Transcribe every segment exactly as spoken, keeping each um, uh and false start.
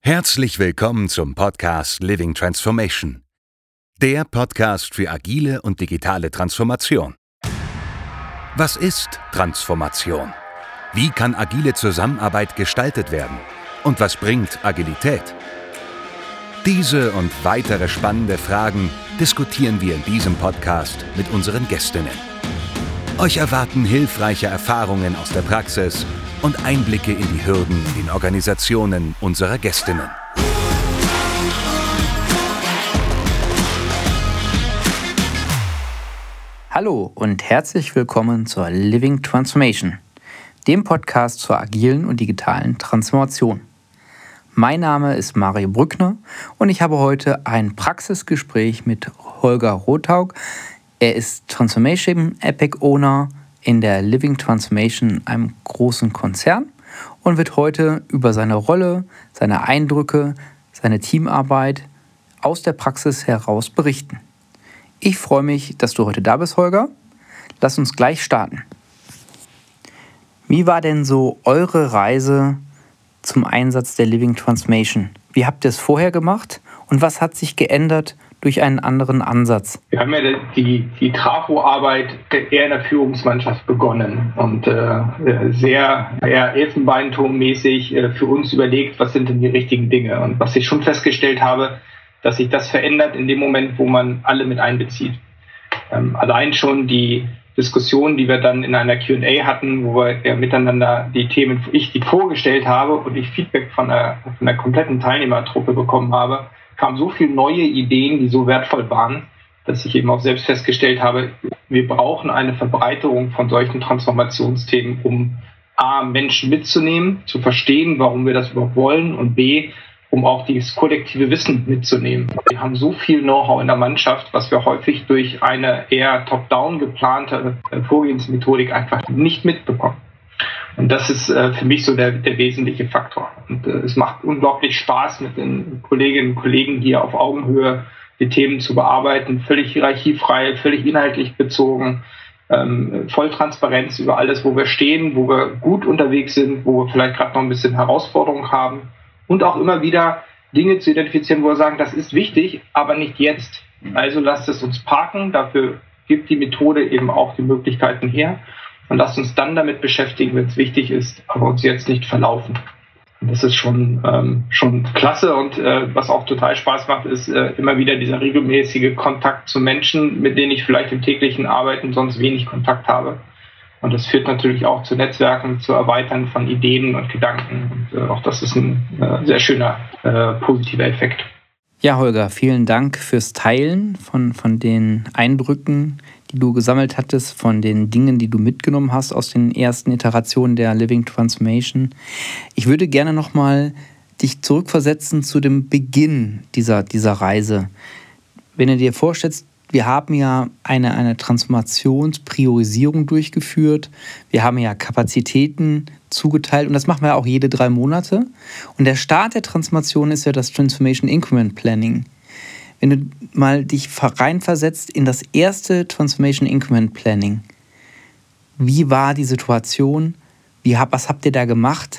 Herzlich willkommen zum Podcast Living Transformation, der Podcast für agile und digitale Transformation. Was ist Transformation? Wie kann agile Zusammenarbeit gestaltet werden? Und was bringt Agilität? Diese und weitere spannende Fragen diskutieren wir in diesem Podcast mit unseren Gästinnen. Euch erwarten hilfreiche Erfahrungen aus der Praxis und Einblicke in die Hürden in den Organisationen unserer Gästinnen. Hallo und herzlich willkommen zur Living Transformation, dem Podcast zur agilen und digitalen Transformation. Mein Name ist Mario Brückner und ich habe heute ein Praxisgespräch mit Holger Rothaug. Er ist Transformation Epic Owner in der Living Transformation, einem großen Konzern, und wird heute über seine Rolle, seine Eindrücke, seine Teamarbeit aus der Praxis heraus berichten. Ich freue mich, dass du heute da bist, Holger. Lass uns gleich starten. Wie war denn so eure Reise zum Einsatz der Living Transformation? Wie habt ihr es vorher gemacht und was hat sich geändert durch einen anderen Ansatz? Wir haben ja die, die Trafo-Arbeit eher in der Führungsmannschaft begonnen und äh, sehr eher Elfenbeinturmmäßig äh, für uns überlegt, was sind denn die richtigen Dinge. Und was ich schon festgestellt habe, dass sich das verändert in dem Moment, wo man alle mit einbezieht. Ähm, allein schon die Diskussion, die wir dann in einer Q and A hatten, wo wir ja miteinander die Themen, ich die vorgestellt habe und ich Feedback von der, von der kompletten Teilnehmertruppe bekommen habe, kamen so viele neue Ideen, die so wertvoll waren, dass ich eben auch selbst festgestellt habe, wir brauchen eine Verbreiterung von solchen Transformationsthemen, um A, Menschen mitzunehmen, zu verstehen, warum wir das überhaupt wollen, und B, um auch dieses kollektive Wissen mitzunehmen. Wir haben so viel Know-how in der Mannschaft, was wir häufig durch eine eher top-down geplante Vorgehensmethodik einfach nicht mitbekommen. Und das ist äh, für mich so der, der wesentliche Faktor. Und äh, es macht unglaublich Spaß, mit den Kolleginnen und Kollegen hier auf Augenhöhe die Themen zu bearbeiten, völlig hierarchiefrei, völlig inhaltlich bezogen, ähm, voll Transparenz über alles, wo wir stehen, wo wir gut unterwegs sind, wo wir vielleicht gerade noch ein bisschen Herausforderung haben, und auch immer wieder Dinge zu identifizieren, wo wir sagen, das ist wichtig, aber nicht jetzt. Also lasst es uns parken, dafür gibt die Methode eben auch die Möglichkeiten her. Und lasst uns dann damit beschäftigen, wenn es wichtig ist, aber uns jetzt nicht verlaufen. Und das ist schon ähm, schon klasse. Und äh, was auch total Spaß macht, ist äh, immer wieder dieser regelmäßige Kontakt zu Menschen, mit denen ich vielleicht im täglichen Arbeiten sonst wenig Kontakt habe. Und das führt natürlich auch zu Netzwerken, zu Erweitern von Ideen und Gedanken. Und äh, auch das ist ein äh, sehr schöner, äh, positiver Effekt. Ja, Holger, vielen Dank fürs Teilen von, von den Eindrücken, die du gesammelt hattest, von den Dingen, die du mitgenommen hast aus den ersten Iterationen der Living Transformation. Ich würde gerne nochmal dich zurückversetzen zu dem Beginn dieser, dieser Reise. Wenn du dir vorstellst, wir haben ja eine, eine Transformationspriorisierung durchgeführt, wir haben ja Kapazitäten zugeteilt und das machen wir auch jede drei Monate. Und der Start der Transformation ist ja das Transformation Increment Planning. Wenn du mal dich reinversetzt in das erste Transformation Increment Planning, wie war die Situation? Wie, was habt ihr da gemacht?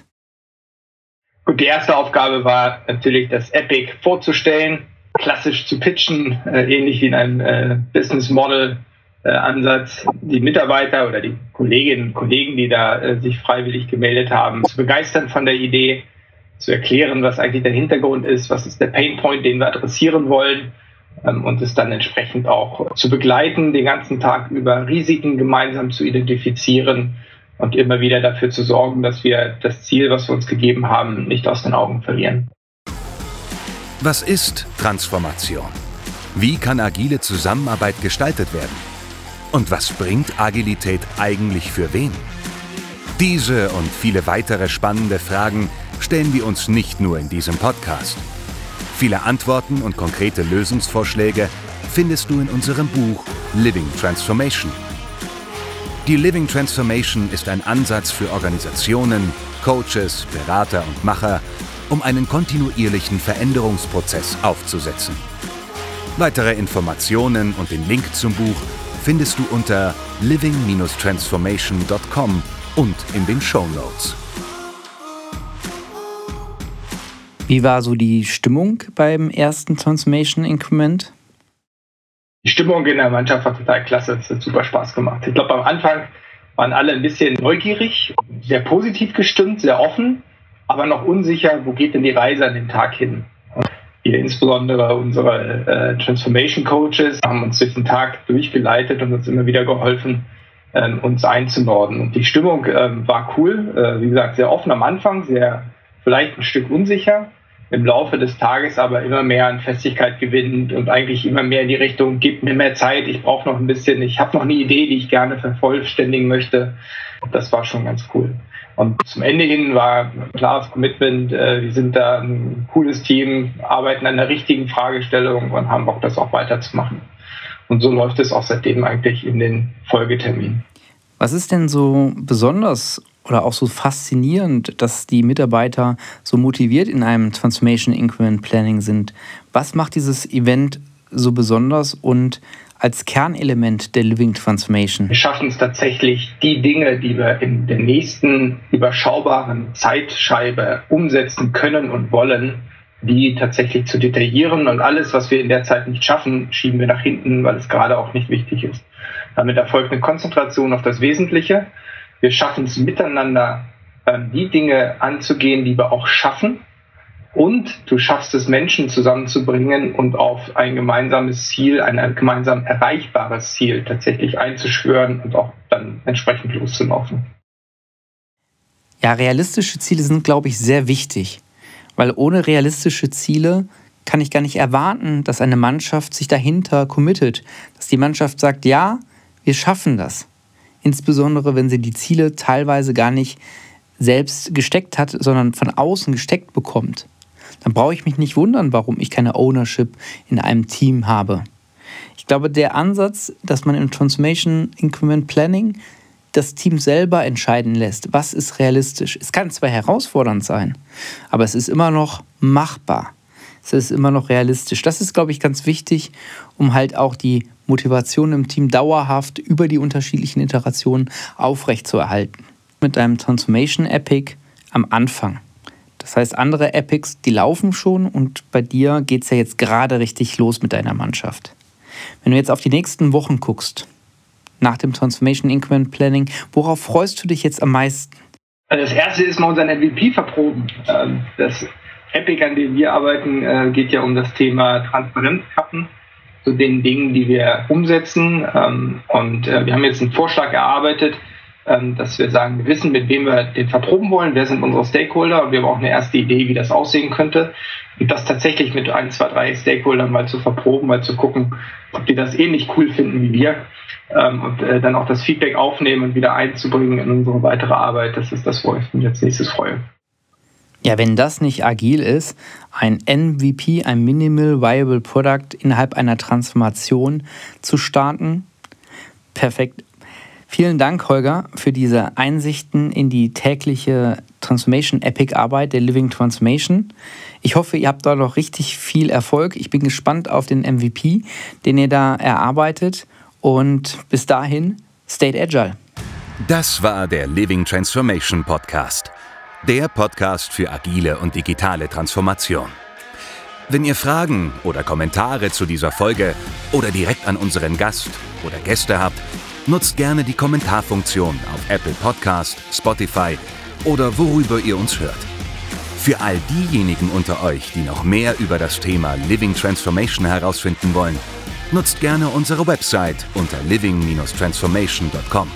Gut, die erste Aufgabe war natürlich, das Epic vorzustellen, klassisch zu pitchen, äh, ähnlich wie in einem äh, Business Model äh, Ansatz, die Mitarbeiter oder die Kolleginnen und Kollegen, die da äh, sich freiwillig gemeldet haben, zu begeistern von der Idee, zu erklären, was eigentlich der Hintergrund ist, was ist der Painpoint, den wir adressieren wollen, ähm, und es dann entsprechend auch zu begleiten, den ganzen Tag über Risiken gemeinsam zu identifizieren und immer wieder dafür zu sorgen, dass wir das Ziel, was wir uns gegeben haben, nicht aus den Augen verlieren. Was ist Transformation? Wie kann agile Zusammenarbeit gestaltet werden? Und was bringt Agilität eigentlich für wen? Diese und viele weitere spannende Fragen stellen wir uns nicht nur in diesem Podcast. Viele Antworten und konkrete Lösungsvorschläge findest du in unserem Buch Living Transformation. Die Living Transformation ist ein Ansatz für Organisationen, Coaches, Berater und Macher, um einen kontinuierlichen Veränderungsprozess aufzusetzen. Weitere Informationen und den Link zum Buch findest du unter living dash transformation dot com und in den Shownotes. Wie war so die Stimmung beim ersten Transformation Increment? Die Stimmung in der Mannschaft war total klasse. Es hat super Spaß gemacht. Ich glaube, am Anfang waren alle ein bisschen neugierig, sehr positiv gestimmt, sehr offen, aber noch unsicher, wo geht denn die Reise an dem Tag hin? Wir, insbesondere unsere äh, Transformation Coaches, haben uns durch den Tag durchgeleitet und uns immer wieder geholfen, ähm, uns einzunorden. Und die Stimmung ähm, war cool. Äh, wie gesagt, sehr offen am Anfang, sehr vielleicht ein Stück unsicher. Im Laufe des Tages aber immer mehr an Festigkeit gewinnt und eigentlich immer mehr in die Richtung, gebt mir mehr Zeit, ich brauche noch ein bisschen, ich habe noch eine Idee, die ich gerne vervollständigen möchte. Das war schon ganz cool. Und zum Ende hin war ein klares Commitment, wir sind da ein cooles Team, arbeiten an der richtigen Fragestellung und haben Bock, das auch weiterzumachen. Und so läuft es auch seitdem eigentlich in den Folgeterminen. Was ist denn so besonders oder auch so faszinierend, dass die Mitarbeiter so motiviert in einem Transformation Increment Planning sind? Was macht dieses Event so besonders und als Kernelement der Living Transformation? Wir schaffen es tatsächlich, die Dinge, die wir in der nächsten überschaubaren Zeitscheibe umsetzen können und wollen, die tatsächlich zu detaillieren, und alles, was wir in der Zeit nicht schaffen, schieben wir nach hinten, weil es gerade auch nicht wichtig ist. Damit erfolgt eine Konzentration auf das Wesentliche. Wir schaffen es miteinander, die Dinge anzugehen, die wir auch schaffen. Und du schaffst es, Menschen zusammenzubringen und auf ein gemeinsames Ziel, ein gemeinsam erreichbares Ziel tatsächlich einzuschwören und auch dann entsprechend loszulaufen. Ja, realistische Ziele sind, glaube ich, sehr wichtig. Weil ohne realistische Ziele kann ich gar nicht erwarten, dass eine Mannschaft sich dahinter committet. Dass die Mannschaft sagt, ja, wir schaffen das. Insbesondere, wenn sie die Ziele teilweise gar nicht selbst gesteckt hat, sondern von außen gesteckt bekommt. Dann brauche ich mich nicht wundern, warum ich keine Ownership in einem Team habe. Ich glaube, der Ansatz, dass man im Transformation Increment Planning das Team selber entscheiden lässt, was ist realistisch. Es kann zwar herausfordernd sein, aber es ist immer noch machbar. Es ist immer noch realistisch. Das ist, glaube ich, ganz wichtig, um halt auch die Motivation im Team dauerhaft über die unterschiedlichen Iterationen aufrechtzuerhalten. Mit einem Transformation Epic am Anfang. Das heißt, andere Epics, die laufen schon und bei dir geht es ja jetzt gerade richtig los mit deiner Mannschaft. Wenn du jetzt auf die nächsten Wochen guckst, nach dem Transformation Increment Planning, worauf freust du dich jetzt am meisten? Also das erste ist mal unseren M V P verproben. Das Epic, an dem wir arbeiten, geht ja um das Thema Transparenz schaffen zu den Dingen, die wir umsetzen. Und wir haben jetzt einen Vorschlag erarbeitet, dass wir sagen, wir wissen, mit wem wir den verproben wollen, wer sind unsere Stakeholder, und wir haben auch eine erste Idee, wie das aussehen könnte. Und das tatsächlich mit ein, zwei, drei Stakeholdern mal zu verproben, mal zu gucken, ob die das ähnlich cool finden wie wir, und dann auch das Feedback aufnehmen und wieder einzubringen in unsere weitere Arbeit. Das ist das, wo ich mich als nächstes freue. Ja, wenn das nicht agil ist, ein M V P, ein Minimal Viable Product innerhalb einer Transformation zu starten, perfekt. Vielen Dank, Holger, für diese Einsichten in die tägliche Transformation Epic Arbeit der Living Transformation. Ich hoffe, ihr habt da noch richtig viel Erfolg. Ich bin gespannt auf den M V P, den ihr da erarbeitet. Und bis dahin, stay agile. Das war der Living Transformation Podcast. Der Podcast für agile und digitale Transformation. Wenn ihr Fragen oder Kommentare zu dieser Folge oder direkt an unseren Gast oder Gäste habt, nutzt gerne die Kommentarfunktion auf Apple Podcast, Spotify oder worüber ihr uns hört. Für all diejenigen unter euch, die noch mehr über das Thema Living Transformation herausfinden wollen, nutzt gerne unsere Website unter living Bindestrich transformation Punkt com.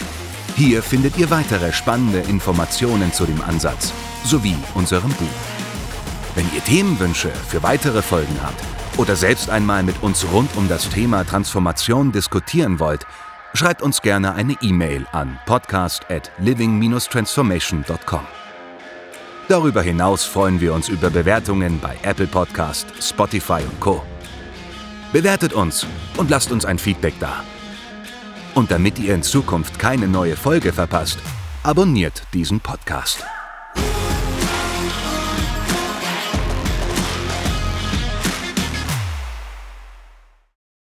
Hier findet ihr weitere spannende Informationen zu dem Ansatz sowie unserem Buch. Wenn ihr Themenwünsche für weitere Folgen habt oder selbst einmal mit uns rund um das Thema Transformation diskutieren wollt, schreibt uns gerne eine E-Mail an podcast at living Bindestrich transformation Punkt com. Darüber hinaus freuen wir uns über Bewertungen bei Apple Podcast, Spotify und Co. Bewertet uns und lasst uns ein Feedback da. Und damit ihr in Zukunft keine neue Folge verpasst, abonniert diesen Podcast.